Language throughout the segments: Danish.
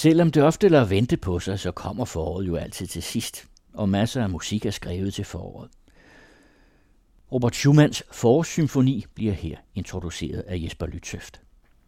Selvom det ofte lader vente på sig, så kommer foråret jo altid til sidst, og masser af musik er skrevet til foråret. Robert Schumanns forårssymfoni bliver her introduceret af Jesper Lytøft.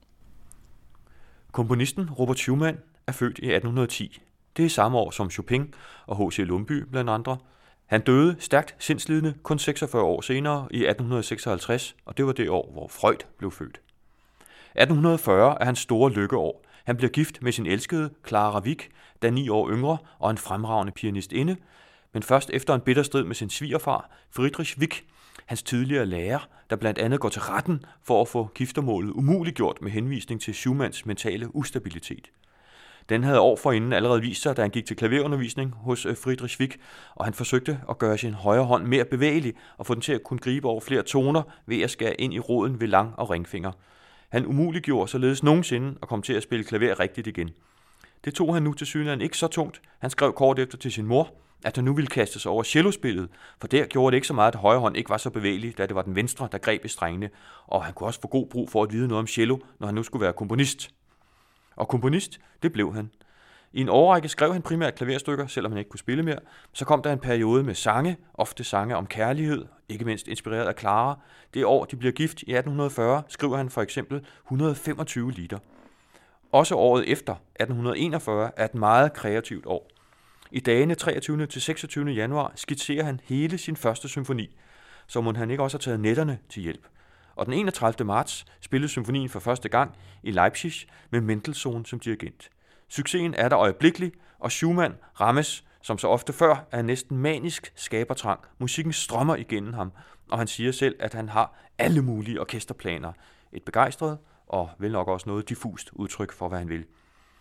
Komponisten Robert Schumann er født i 1810. Det er samme år som Chopin og H.C. Lumbye blandt andre. Han døde stærkt sindslidende kun 46 år senere i 1856, og det var det år, hvor Freud blev født. 1840 er hans store lykkeår. Han bliver gift med sin elskede Clara Wieck, der er 9 år yngre og en fremragende pianistinde, men først efter en bitter strid med sin svigerfar, Friedrich Wieck, hans tidligere lærer, der blandt andet går til retten for at få giftermålet umuliggjort med henvisning til Schumanns mentale ustabilitet. Den havde år forinden allerede vist sig, da han gik til klaverundervisning hos Friedrich Wieck, og han forsøgte at gøre sin højre hånd mere bevægelig og få den til at kunne gribe over flere toner ved at skære ind i roden ved lang- og ringfinger. Han umuliggjorde således nogensinde at komme til at spille klaver rigtigt igen. Det tog han nu til synligheden ikke så tungt. Han skrev kort efter til sin mor, at han nu ville kaste sig over cellospillet, for der gjorde det ikke så meget, at højre hånd ikke var så bevægelig, da det var den venstre, der greb i strengene, og han kunne også få god brug for at vide noget om cello, når han nu skulle være komponist. Og komponist, det blev han. I en årrække skrev han primært klaverstykker, selvom han ikke kunne spille mere. Så kom der en periode med sange, ofte sange om kærlighed, ikke mindst inspireret af Clara. Det år, de bliver gift i 1840, skriver han for eksempel 125 liter. Også året efter, 1841, er et meget kreativt år. I dagene 23. til 26. januar skitserer han hele sin første symfoni, så må han ikke også have taget netterne til hjælp. Og den 31. marts spillede symfonien for første gang i Leipzig med Mendelssohn som dirigent. Succesen er der øjeblikkelig, og Schumann rammes, som så ofte før, af næsten manisk skabertrang. Musikken strømmer igennem ham, og han siger selv, at han har alle mulige orkesterplaner. Et begejstret og vel nok også noget diffust udtryk for, hvad han vil.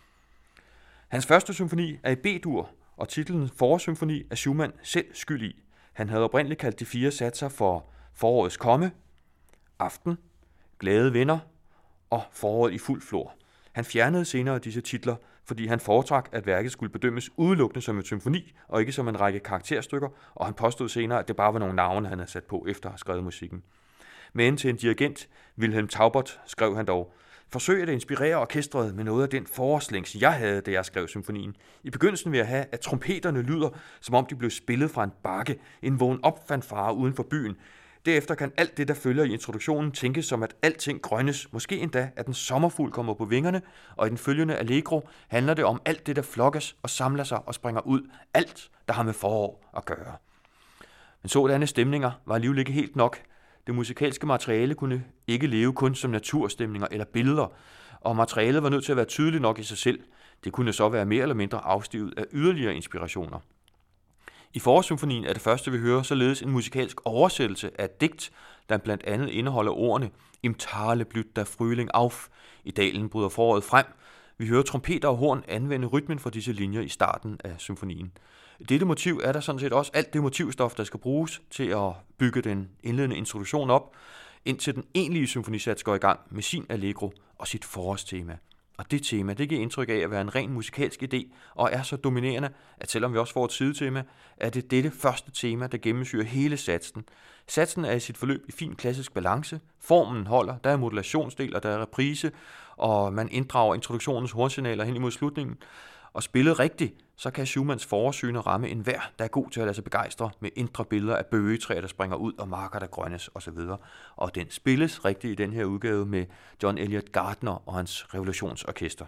Hans første symfoni er i B-dur, og titlen Forårssymfoni er Schumann selv skyld i. Han havde oprindeligt kaldt de 4 satser for Forårets komme, Aften, Glade venner og Foråret i fuld flor. Han fjernede senere disse titler, fordi han foretrak, at værket skulle bedømmes udelukkende som en symfoni, og ikke som en række karakterstykker, og han påstod senere, at det bare var nogle navne, han havde sat på efter at have skrevet musikken. Men til en dirigent, Wilhelm Taubert, skrev han dog: forsøg at inspirere orkestret med noget af den forårslængs, jeg havde, da jeg skrev symfonien. I begyndelsen vil jeg have, at trompeterne lyder, som om de blev spillet fra en bakke, en vågen op fanfare uden for byen. Derefter kan alt det, der følger i introduktionen, tænkes som, at alting grønnes, måske endda, at en sommerfugl kommer på vingerne, og i den følgende allegro handler det om alt det, der flokkes og samler sig og springer ud, alt, der har med forår at gøre. Men sådanne stemninger var alligevel ikke helt nok. Det musikalske materiale kunne ikke leve kun som naturstemninger eller billeder, og materialet var nødt til at være tydeligt nok i sig selv. Det kunne så være mere eller mindre afstivet af yderligere inspirationer. I Forårssymfonien er det første, vi hører, således en musikalsk oversættelse af et digt, der blandt andet indeholder ordene Im Tale blüht der Frühling auf. I dalen bryder foråret frem. Vi hører trompeter og horn anvende rytmen for disse linjer i starten af symfonien. I dette motiv er der sådan set også alt det motivstof, der skal bruges til at bygge den indledende introduktion op, indtil den egentlige symfonisats går i gang med sin allegro og sit forårstema. Og det tema, det giver indtryk af at være en ren musikalsk idé, og er så dominerende, at selvom vi også får et sidetema, er det dette første tema, der gennemsyrer hele satsen. Satsen er i sit forløb i fin klassisk balance, formen holder, der er modulationsdel, og der er reprise, og man inddrager introduktionens hornsignaler hen imod slutningen. Og spillet rigtigt, så kan Schumanns forårssyne ramme enhver, der er god til at lade sig begejstre med indre billeder af bøgetræer, der springer ud, og marker, der grønnes osv. Og den spilles rigtigt i den her udgave med John Eliot Gardner og hans revolutionsorkester.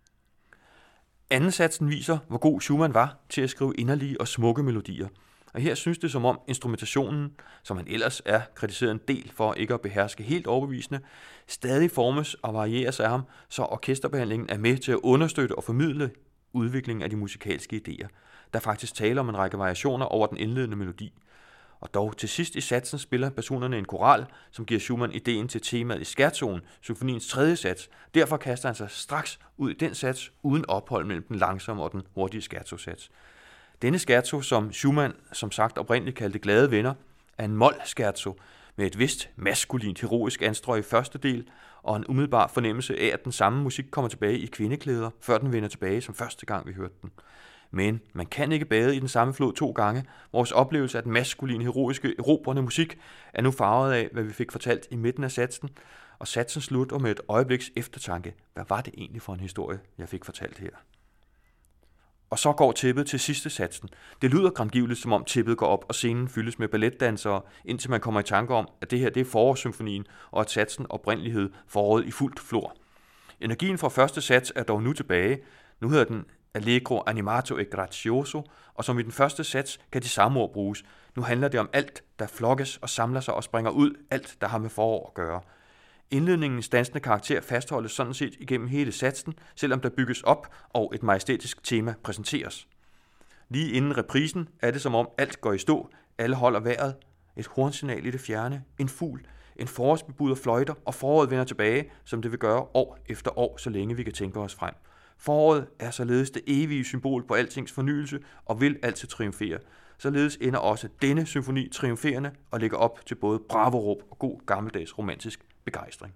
Anden satsen viser, hvor god Schumann var til at skrive inderlige og smukke melodier. Og her synes det som om instrumentationen, som han ellers er kritiseret en del for ikke at beherske helt overbevisende, stadig formes og varieres af ham, så orkesterbehandlingen er med til at understøtte og formidle udviklingen af de musikalske idéer. Der faktisk taler om en række variationer over den indledende melodi. Og dog til sidst i satsen spiller personerne en koral, som giver Schumann ideen til temaet i scherzoen, symfoniens 3. sats. Derfor kaster han sig straks ud i den sats, uden ophold mellem den langsomme og den hurtige scherzosats. Denne scherzo, som Schumann som sagt oprindeligt kaldte Glade venner, er en mol-scherzo med et vist maskulint heroisk anstrøg i første del, og en umiddelbar fornemmelse af, at den samme musik kommer tilbage i kvindeklæder, før den vender tilbage som første gang vi hørte den. Men man kan ikke bade i den samme flod 2 gange. Vores oplevelse af den maskuline, heroiske, erobrende musik er nu farvet af, hvad vi fik fortalt i midten af satsen, og satsen slutter med et øjebliks eftertanke. Hvad var det egentlig for en historie, jeg fik fortalt her? og så går tæppet til sidste satsen. Det lyder grangivligt, som om tæppet går op, og scenen fyldes med balletdansere, indtil man kommer i tanke om, at det her det er forårssymfonien, og at satsen oprindelighed foråret i fuldt flor. Energien fra første sats er dog nu tilbage. Nu hedder den Allegro animato e grazioso, og som i den første sats kan de samme ord bruges. Nu handler det om alt, der flokkes og samler sig og springer ud, alt, der har med forår at gøre. Indledningens dansende karakter fastholdes sådan set igennem hele satsen, selvom der bygges op og et majestætisk tema præsenteres. Lige inden reprisen er det som om alt går i stå, alle holder vejret, et hornsignal i det fjerne, en fugl, en forårsbebuder fløjter, og foråret vender tilbage, som det vil gøre år efter år, så længe vi kan tænke os frem. Foråret er således det evige symbol på altings fornyelse og vil altid triumfere. Således ender også denne symfoni triumferende og lægger op til både bravo-råb og god gammeldags romantisk begejstring.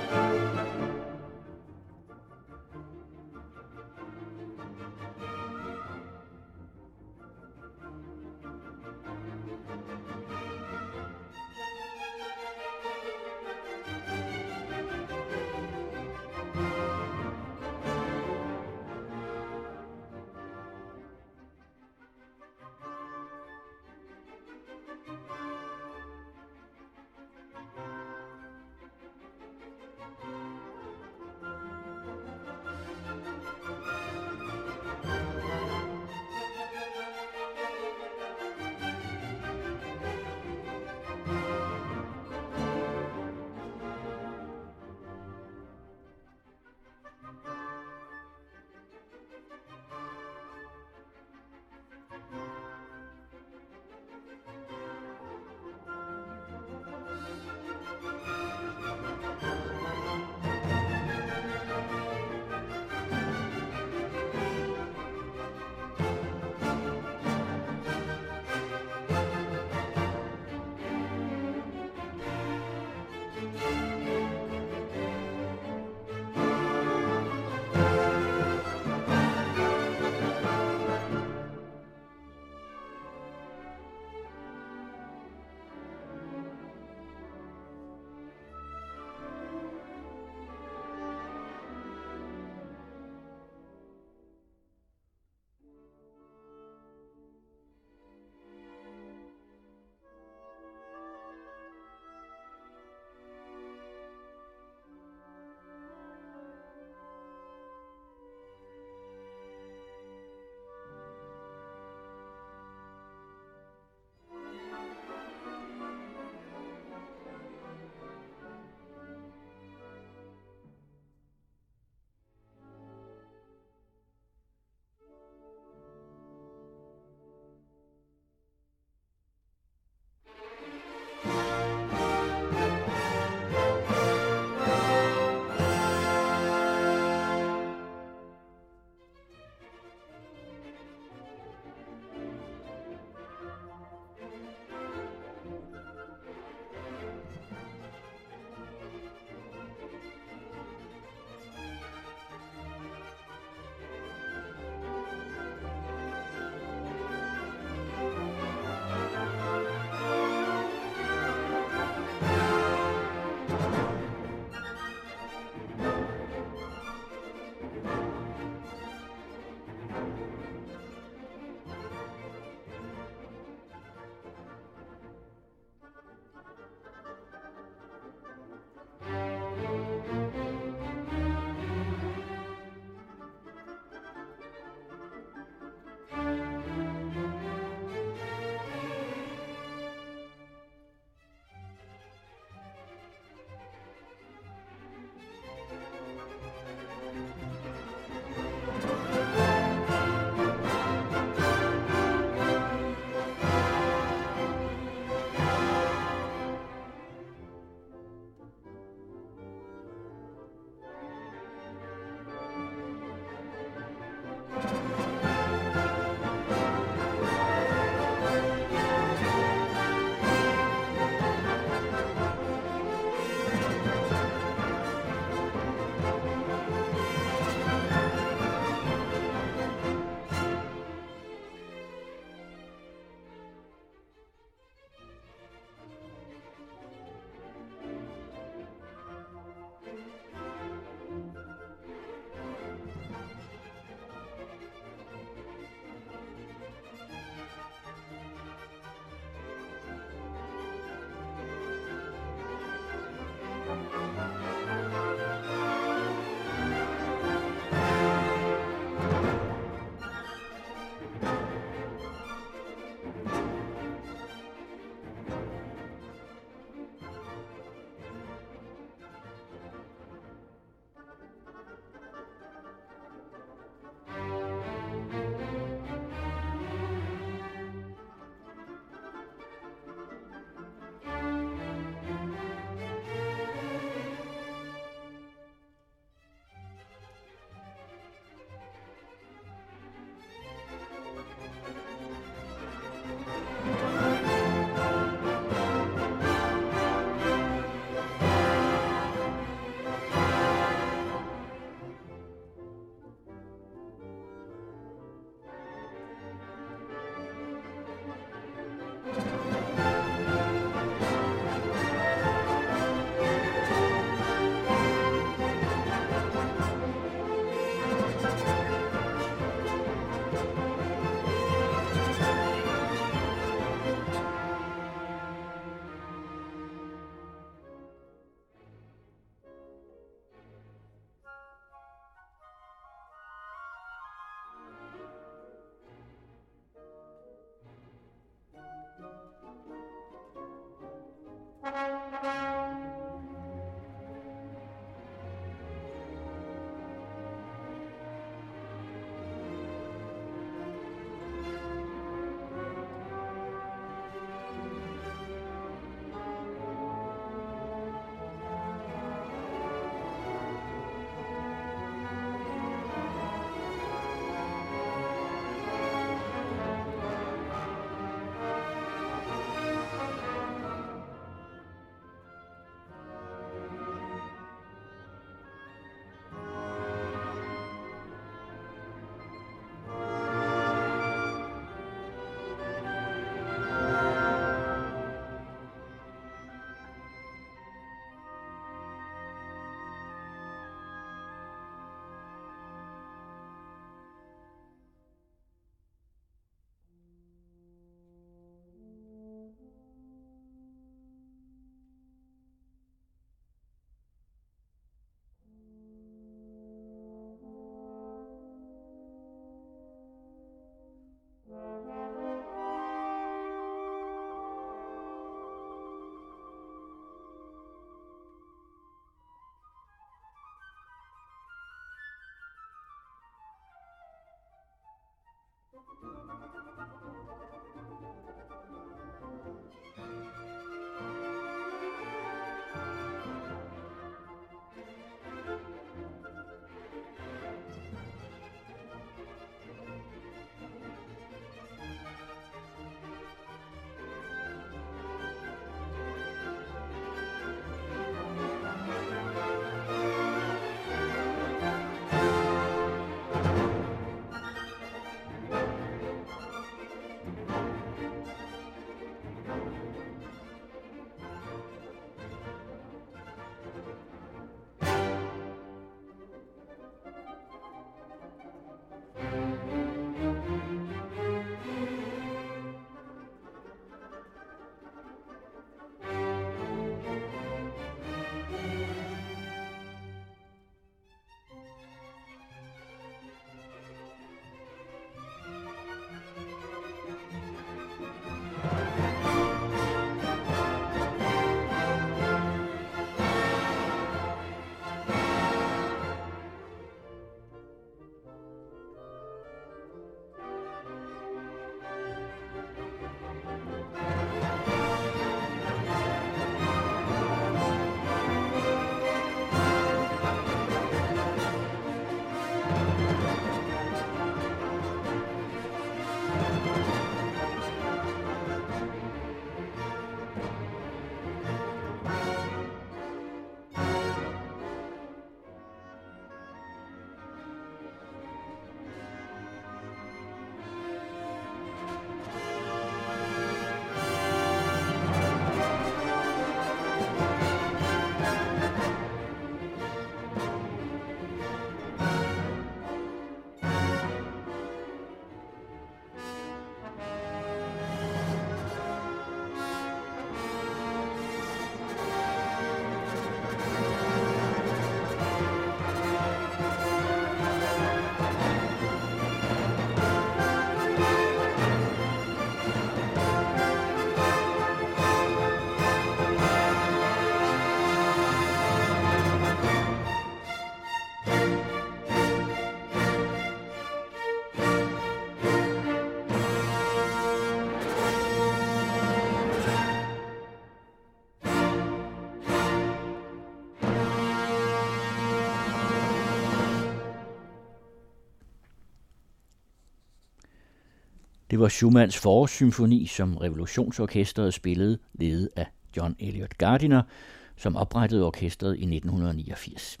Det var Schumanns forårssymfoni, som Revolutionsorkestret spillede, ledet af John Eliot Gardiner, som oprettede orkestret i 1989.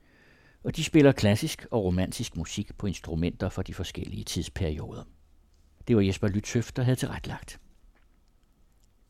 Og de spiller klassisk og romantisk musik på instrumenter fra de forskellige tidsperioder. Det var Jesper Lytschøff, der havde tilrettelagt.